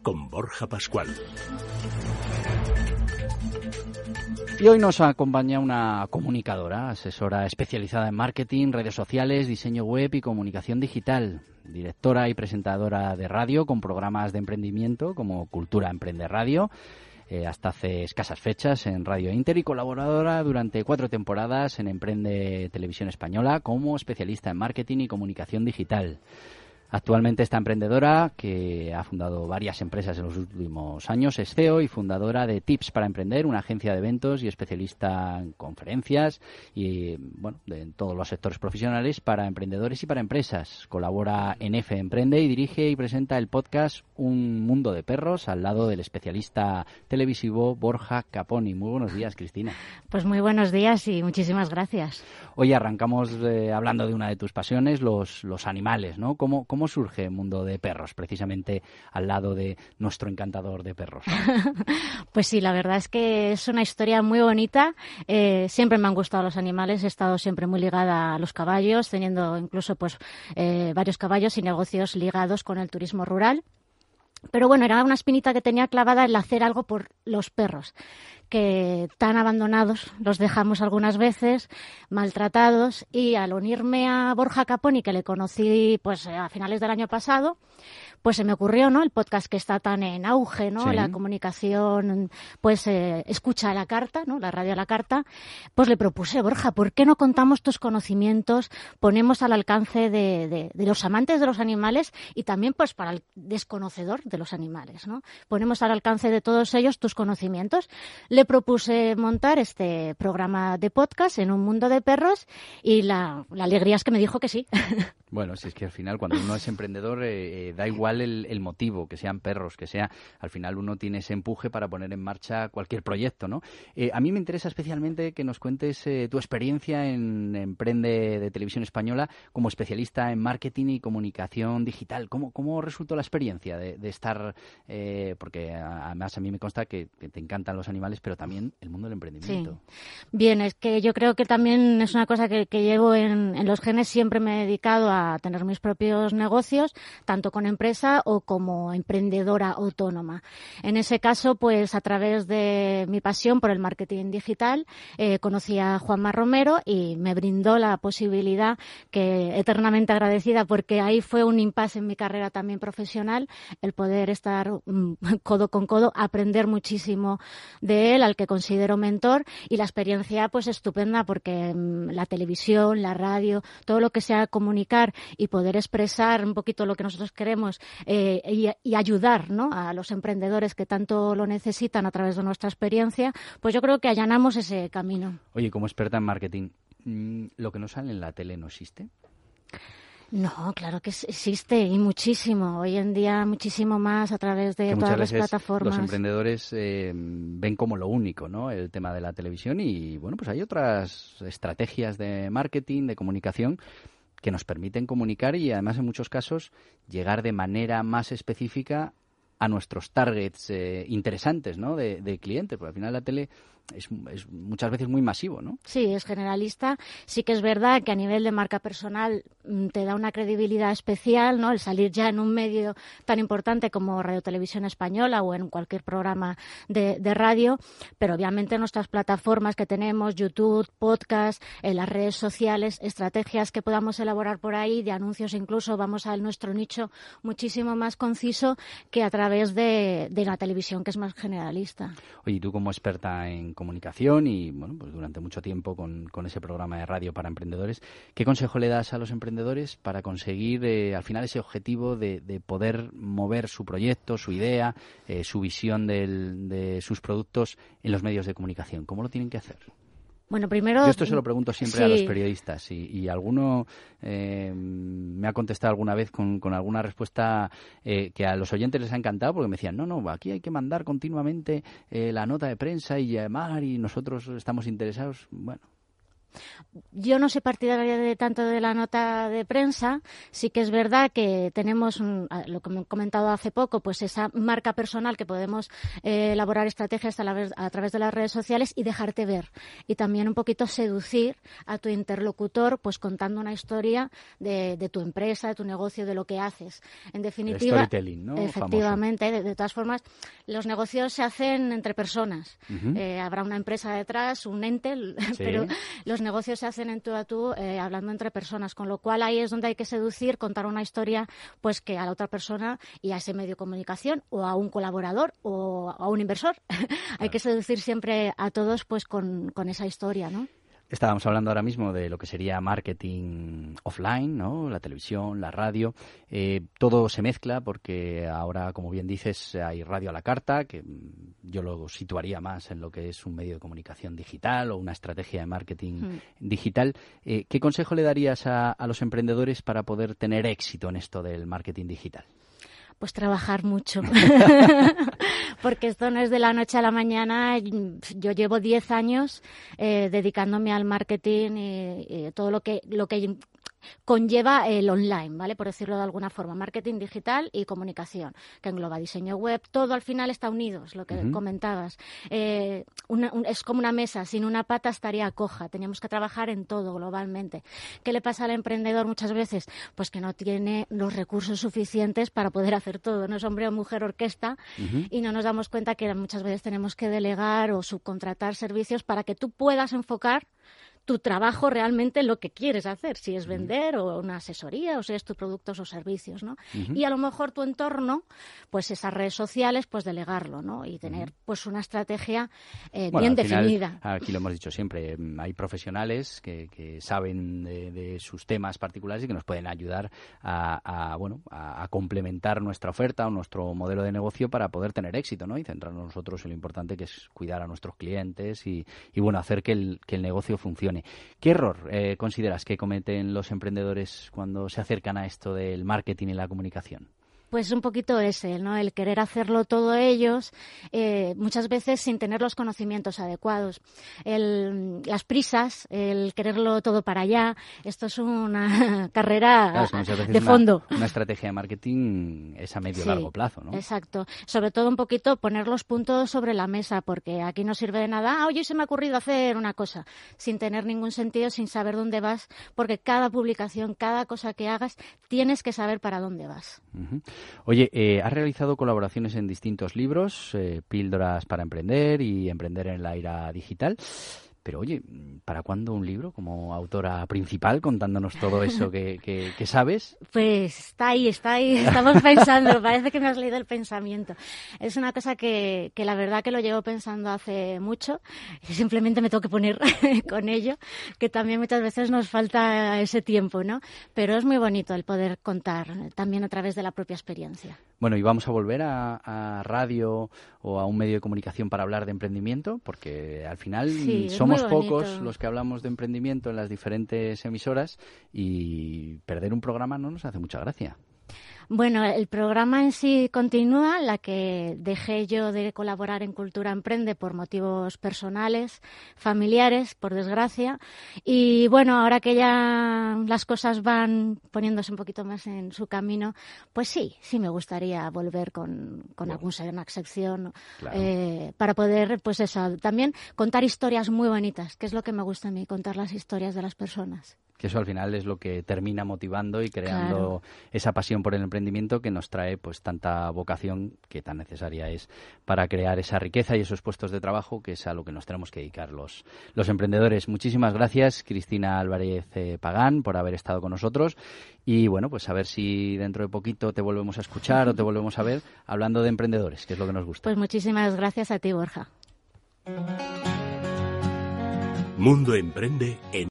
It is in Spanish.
con Borja Pascual. Y hoy nos acompaña una comunicadora, asesora especializada en marketing, redes sociales, diseño web y comunicación digital, directora y presentadora de radio con programas de emprendimiento como Cultura Emprende Radio, hasta hace escasas fechas en Radio Inter, y colaboradora durante 4 temporadas en Emprende Televisión Española como especialista en marketing y comunicación digital. Actualmente esta emprendedora, que ha fundado varias empresas en los últimos años, es CEO y fundadora de Tips para Emprender, una agencia de eventos y especialista en conferencias y en todos los sectores profesionales para emprendedores y para empresas. Colabora en F Emprende y dirige y presenta el podcast Un Mundo de Perros al lado del especialista televisivo Borja Caponi. Muy buenos días, Cristina. Pues muy buenos días y muchísimas gracias. Hoy arrancamos hablando de una de tus pasiones, los animales, ¿no? ¿Cómo surge el Mundo de Perros, precisamente al lado de nuestro encantador de perros? Pues sí, la verdad es que es una historia muy bonita. Siempre me han gustado los animales, he estado siempre muy ligada a los caballos, teniendo incluso varios caballos y negocios ligados con el turismo rural. Pero bueno, era una espinita que tenía clavada el hacer algo por los perros, que tan abandonados los dejamos algunas veces, maltratados, y al unirme a Borja Caponi, que le conocí a finales del año pasado, pues se me ocurrió, ¿no?, el podcast que está tan en auge, ¿no? Sí. La comunicación, escucha a la carta, ¿no?, la radio a la carta. Pues le propuse, Borja, ¿por qué no contamos tus conocimientos, ponemos al alcance de los amantes de los animales y también pues para el desconocedor de los animales, ¿no? Ponemos al alcance de todos ellos tus conocimientos. Le propuse montar este programa de podcast en Un Mundo de Perros y la alegría es que me dijo que sí. Bueno, si es que al final cuando uno es emprendedor da igual el motivo, que sean perros, que sea, al final uno tiene ese empuje para poner en marcha cualquier proyecto, ¿no? A mí me interesa especialmente que nos cuentes tu experiencia en Emprende de Televisión Española como especialista en marketing y comunicación digital. ¿Cómo resultó la experiencia de estar, porque además a mí me consta que te encantan los animales, pero también el mundo del emprendimiento? Sí. Bien, es que yo creo que también es una cosa que llevo en los genes. Siempre me he dedicado a tener mis propios negocios, tanto con empresa o como emprendedora autónoma. En ese caso, pues a través de mi pasión por el marketing digital, conocí a Juanma Romero y me brindó la posibilidad, que eternamente agradecida, porque ahí fue un impasse en mi carrera también profesional, el poder estar codo con codo, aprender muchísimo de él, al que considero mentor, y la experiencia pues estupenda, porque la televisión, la radio, todo lo que sea comunicar y poder expresar un poquito lo que nosotros queremos y ayudar, ¿no?, a los emprendedores que tanto lo necesitan a través de nuestra experiencia, pues yo creo que allanamos ese camino. Oye, como experta en marketing, ¿lo que no sale en la tele no existe? No, claro que existe, y muchísimo. Hoy en día muchísimo más a través de todas las plataformas. Los emprendedores ven como lo único, ¿no?, el tema de la televisión, y bueno, pues hay otras estrategias de marketing, de comunicación, que nos permiten comunicar y además en muchos casos llegar de manera más específica a nuestros targets interesantes, ¿no?, de clientes, porque al final la tele es muchas veces muy masivo, ¿no? Sí, es generalista. Sí que es verdad que a nivel de marca personal te da una credibilidad especial, ¿no?, el salir ya en un medio tan importante como Radio Televisión Española o en cualquier programa de radio, pero obviamente nuestras plataformas que tenemos, YouTube, podcast, las redes sociales, estrategias que podamos elaborar por ahí, de anuncios incluso, vamos a nuestro nicho muchísimo más conciso que a través de la televisión, que es más generalista. Oye, tú como experta en comunicación y bueno, pues durante mucho tiempo con ese programa de radio para emprendedores, ¿qué consejo le das a los emprendedores para conseguir al final ese objetivo de poder mover su proyecto, su idea, su visión de sus productos en los medios de comunicación? ¿Cómo lo tienen que hacer? Bueno, primero... Yo esto se lo pregunto siempre a los periodistas y alguno me ha contestado alguna vez con alguna respuesta que a los oyentes les ha encantado, porque me decían, no, aquí hay que mandar continuamente la nota de prensa y llamar y nosotros estamos interesados. Bueno, Yo no soy partidaria de tanto de la nota de prensa. Sí que es verdad que tenemos, lo que me he comentado hace poco, pues esa marca personal que podemos elaborar estrategias a través de las redes sociales y dejarte ver. Y también un poquito seducir a tu interlocutor, pues contando una historia de tu empresa, de tu negocio, de lo que haces. En definitiva, el storytelling, ¿no? Efectivamente, de todas formas, los negocios se hacen entre personas. Habrá una empresa detrás, un ente, sí. pero los negocios se hacen en tú a tú, hablando entre personas, con lo cual ahí es donde hay que seducir, contar una historia pues que a la otra persona y a ese medio de comunicación o a un colaborador o a un inversor. Hay que seducir siempre a todos pues con esa historia, ¿no? Estábamos hablando ahora mismo de lo que sería marketing offline, ¿no? La televisión, la radio. Todo se mezcla porque ahora, como bien dices, hay radio a la carta, que yo lo situaría más en lo que es un medio de comunicación digital o una estrategia de marketing digital. ¿Qué consejo le darías a los emprendedores para poder tener éxito en esto del marketing digital? Pues trabajar mucho, porque esto no es de la noche a la mañana. Yo llevo 10 años dedicándome al marketing y todo lo que conlleva el online, ¿vale? Por decirlo de alguna forma, marketing digital y comunicación, que engloba diseño web, todo al final está unido, es lo que comentabas. Es como una mesa, sin una pata estaría coja, teníamos que trabajar en todo globalmente. ¿Qué le pasa al emprendedor muchas veces? Pues que no tiene los recursos suficientes para poder hacer todo, no es hombre o mujer orquesta, y no nos damos cuenta que muchas veces tenemos que delegar o subcontratar servicios para que tú puedas enfocar tu trabajo realmente en lo que quieres hacer, si es vender o una asesoría o si es tus productos o servicios, ¿no? Y a lo mejor tu entorno, pues esas redes sociales, pues delegarlo, ¿no? Y tener pues una estrategia bien definida. Aquí lo hemos dicho siempre, hay profesionales que saben de sus temas particulares y que nos pueden ayudar a complementar nuestra oferta o nuestro modelo de negocio para poder tener éxito, ¿no? Y centrarnos nosotros en lo importante que es cuidar a nuestros clientes y hacer que el negocio funcione. ¿Qué error consideras que cometen los emprendedores cuando se acercan a esto del marketing y la comunicación? Pues un poquito ese, ¿no? El querer hacerlo todo ellos, muchas veces sin tener los conocimientos adecuados. Las prisas, el quererlo todo para allá, esto es una carrera de fondo. Una estrategia de marketing es a medio largo plazo, ¿no? Exacto. Sobre todo un poquito poner los puntos sobre la mesa, porque aquí no sirve de nada. Hoy se me ha ocurrido hacer una cosa, sin tener ningún sentido, sin saber dónde vas, porque cada publicación, cada cosa que hagas, tienes que saber para dónde vas. Oye, has realizado colaboraciones en distintos libros, Píldoras para Emprender y Emprender en la Era Digital. Pero oye, ¿para cuándo un libro como autora principal contándonos todo eso que sabes? Pues está ahí, estamos pensando, parece que me has leído el pensamiento. Es una cosa que la verdad que lo llevo pensando hace mucho y simplemente me tengo que poner con ello, que también muchas veces nos falta ese tiempo, ¿no? Pero es muy bonito el poder contar también a través de la propia experiencia. Bueno, ¿y vamos a volver a radio o a un medio de comunicación para hablar de emprendimiento? Porque al final somos pocos los que hablamos de emprendimiento en las diferentes emisoras y perder un programa no nos hace mucha gracia. Bueno, el programa en sí continúa, la que dejé yo de colaborar en Cultura Emprende por motivos personales, familiares, por desgracia. Y bueno, ahora que ya las cosas van poniéndose un poquito más en su camino, pues sí me gustaría volver con alguna sección, claro. Para poder, pues eso, también contar historias muy bonitas, que es lo que me gusta a mí, contar las historias de las personas. Que eso al final es lo que termina motivando y creando esa pasión por el emprendimiento que nos trae pues tanta vocación que tan necesaria es para crear esa riqueza y esos puestos de trabajo que es a lo que nos tenemos que dedicar los emprendedores. Muchísimas gracias, Cristina Álvarez Pagán, por haber estado con nosotros y bueno, pues a ver si dentro de poquito te volvemos a escuchar o te volvemos a ver hablando de emprendedores, que es lo que nos gusta. Pues muchísimas gracias a ti, Borja. Mundo Emprende en